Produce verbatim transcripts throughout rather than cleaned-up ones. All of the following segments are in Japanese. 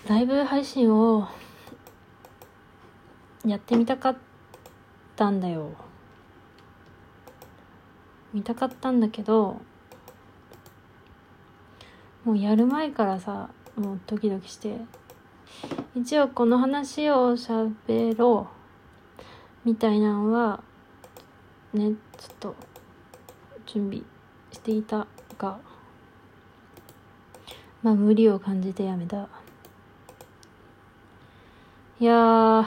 ライブ配信をやってみたかったんだよ。見たかったんだけど、もうやる前からさ、もうドキドキして、一応この話を喋ろうみたいなのはね、ちょっと準備していたが、まあ無理を感じてやめた。いやー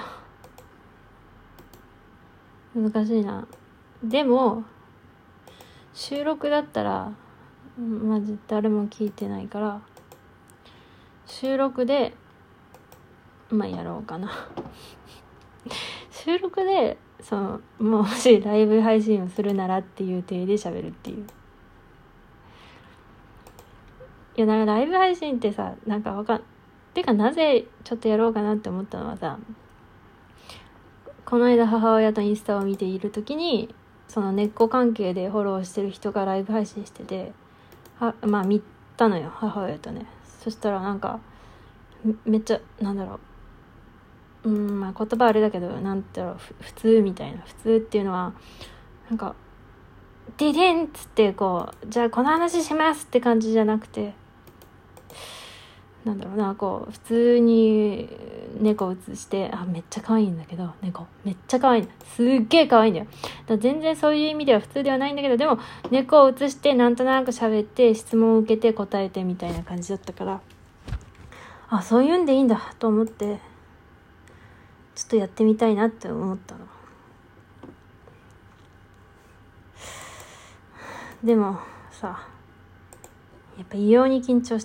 難しいな。でも収録だったらマジ誰も聞いてないから、収録でまあやろうかな収録でそのもしライブ配信をするならっていう体で喋るっていう。いやなんかライブ配信ってさ、なんかわかんてかなぜちょっとやろうかなって思ったのはさ、この間母親とインスタを見ているときに、その根っこ関係でフォローしてる人がライブ配信してて、はまあ見たのよ、母親とね。そしたらなんかめっちゃなんだろう、うんまあ言葉あれだけど、なんだろう、普通みたいな、普通っていうのはなんかデデンっつってこう、じゃあこの話しますって感じじゃなくて、なんだろうな、こう普通に猫を映して、あめっちゃ可愛いんだけど、猫めっちゃ可愛いんだ、すっげえ可愛いんだよ。だから全然そういう意味では普通ではないんだけど、でも猫を映してなんとなく喋って質問を受けて答えてみたいな感じだったから、あそういうんでいいんだと思って、ちょっとやってみたいなって思ったの。でもさ、やっぱ異様に緊張して、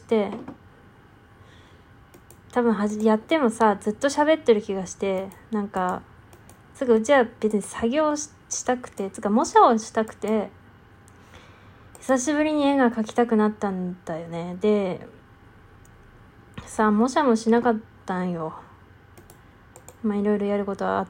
多分はじやってもさずっと喋ってる気がして、なんかすぐうちは別に作業 し, したくてつか模写をしたくて、久しぶりに絵が描きたくなったんだよね。でさ模写もしなかったんよ。まあいろいろやることはあって、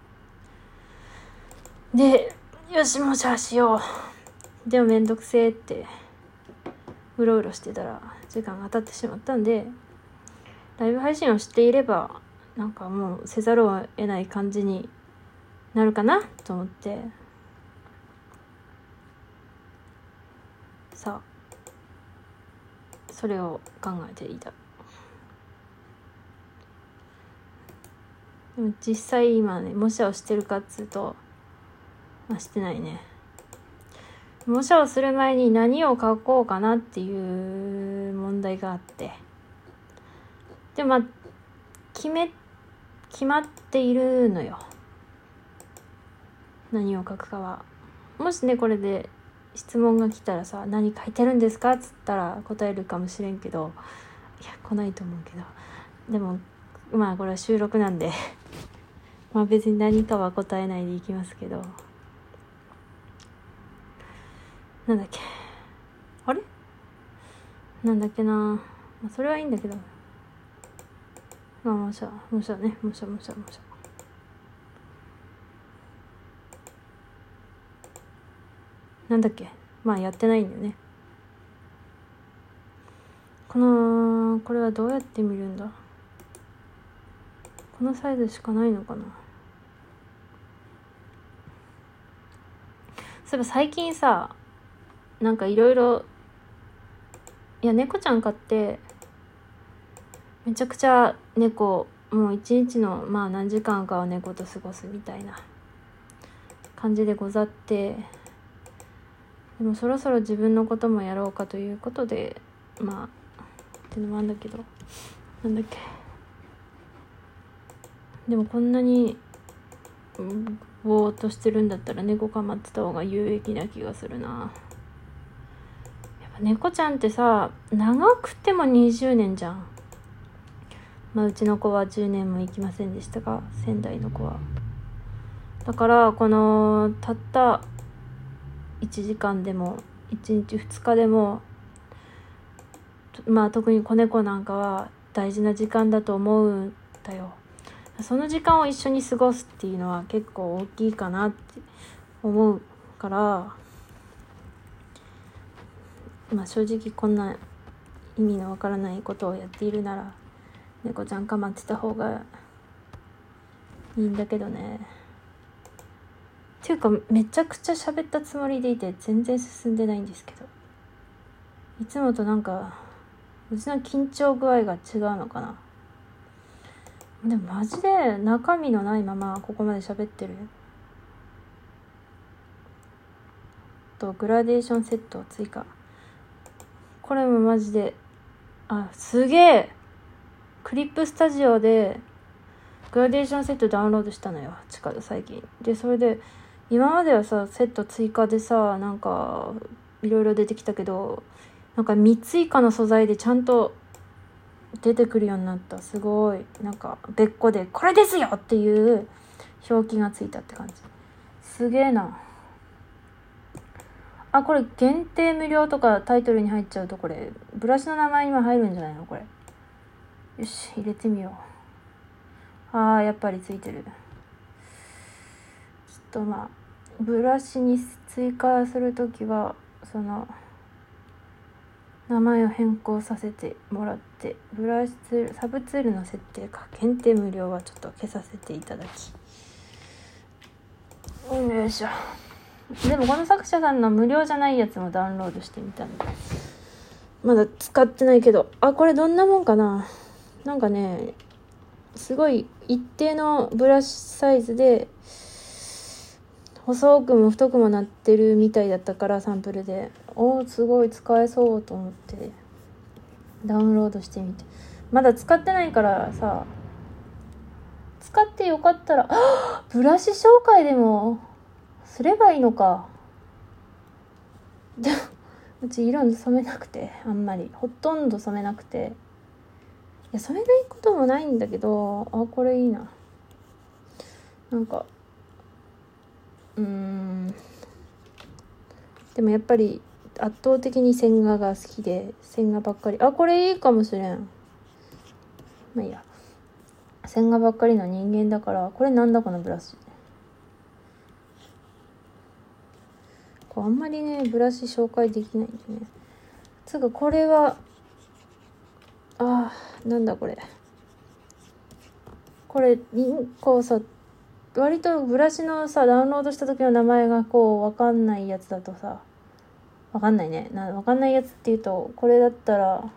でよし模写しよう、でもめんどくせえってうろうろしてたら時間が経ってしまったんで、ライブ配信をしていればなんかもうせざるを得ない感じになるかなと思ってさ、それを考えていた。でも実際今ね模写をしてるかっつうと、まあ、してないね。模写をする前に何を書こうかなっていう問題があって、でもまあ決め決まっているのよ、何を書くかは。もしねこれで質問が来たらさ、何書いてるんですかっつったら答えるかもしれんけど、いや来ないと思うけど、でもまあこれは収録なんでまあ別に何かは答えないでいきますけど、なんだっけあれなんだっけな、まあ、それはいいんだけど、まあもしゃもしゃねもしゃもしゃもしゃなんだっけ、まあやってないんだよね。このこれはどうやって見るんだ、このサイズしかないのかな。そういえば最近さ、なんかいろいろ、いや猫ちゃん飼ってめちゃくちゃ猫もう一日のまあ何時間かは猫と過ごすみたいな感じでござって、でもそろそろ自分のこともやろうかということで、まあってのもあんだけど、なんだっけ、でもこんなにぼーっとしてるんだったら猫かまってた方が有益な気がするな。やっぱ猫ちゃんってさ長くてもにじゅうねんじゃん。まあうちの子はじゅうねんも生きませんでしたが、仙台の子は。だからこのたったいちじかんでもいちにちふつかでも、まあ特に子猫なんかは大事な時間だと思うんだよ。その時間を一緒に過ごすっていうのは結構大きいかなって思うから、まあ正直こんな意味のわからないことをやっているなら猫ちゃん構ってた方がいいんだけどね。っていうかめちゃくちゃ喋ったつもりでいて全然進んでないんですけど、いつもとなんかうちの緊張具合が違うのかな。でもマジで中身のないままここまで喋ってる。とグラデーションセットを追加。これもマジで、あ、すげえクリップスタジオでグラデーションセットダウンロードしたのよ、地下で最近。でそれで今まではさセット追加でさなんかいろいろ出てきたけど、なんかみっつ以下の素材でちゃんと出てくるようになった。すごいなんか別個でこれですよっていう表記がついたって感じ。すげえな。あ、これ限定無料とかタイトルに入っちゃうとこれブラシの名前にも入るんじゃないのこれ。よし入れてみよう。あーやっぱりついてる。ちょっとまあブラシに追加するときはその名前を変更させてもらって、ブラシツールサブツールの設定か限定無料はちょっと消させていただき、よいしょ。でもこの作者さんの無料じゃないやつもダウンロードしてみたんでまだ使ってないけど、あこれどんなもんかな。なんかねすごい一定のブラシサイズで細くも太くもなってるみたいだったからサンプルで、おーすごい使えそうと思ってダウンロードしてみて、まだ使ってないからさ、使ってよかったらブラシ紹介でもすればいいのか。でもうち色染めなくて、あんまりほとんど染めなくて、いや染めないこともないんだけど、あこれいいな。なんかうーんでもやっぱり圧倒的に線画が好きで線画ばっかり。あこれいいかもしれん。まあいいや、線画ばっかりの人間だから。これなんだこのブラシ。こうあんまりねブラシ紹介できないんでね。つうかこれはあーなんだこれ。これこうさ割とブラシのさダウンロードした時の名前がこう分かんないやつだとさ、分かんないねな分かんないやつっていうと、これだったら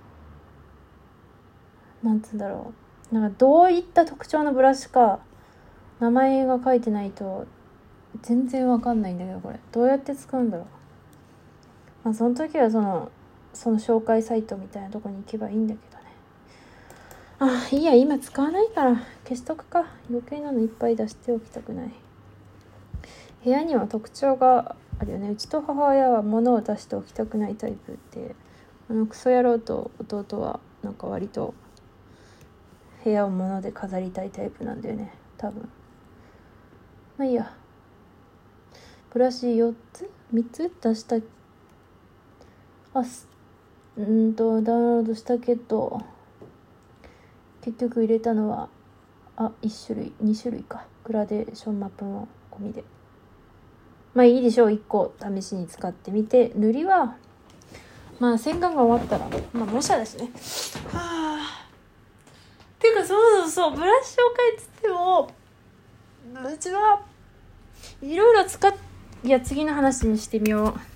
なんつうんだろう、なんかどういった特徴のブラシか名前が書いてないと全然分かんないんだけど、これどうやって使うんだろう。まあその時はそのその紹介サイトみたいなとこに行けばいいんだけどね。あいいや今使わないから消しとくか。余計なのいっぱい出しておきたくない。部屋には特徴があるよね。うちと母親は物を出しておきたくないタイプで、あのクソ野郎と弟はなんか割と部屋を物で飾りたいタイプなんだよね多分。まあいいや。ブラシよっつみっつ出した。あうんとダウンロードしたけど結局入れたのはあいち種類に種類か。グラデーションマップも込みでまあいいでしょう。いっこ試しに使ってみて、塗りはまあ洗顔が終わったらまあ模写ですね。はあていうかそうそうそうブラシ紹介っつってもうちはいろいろ使っいや次の話にしてみよう。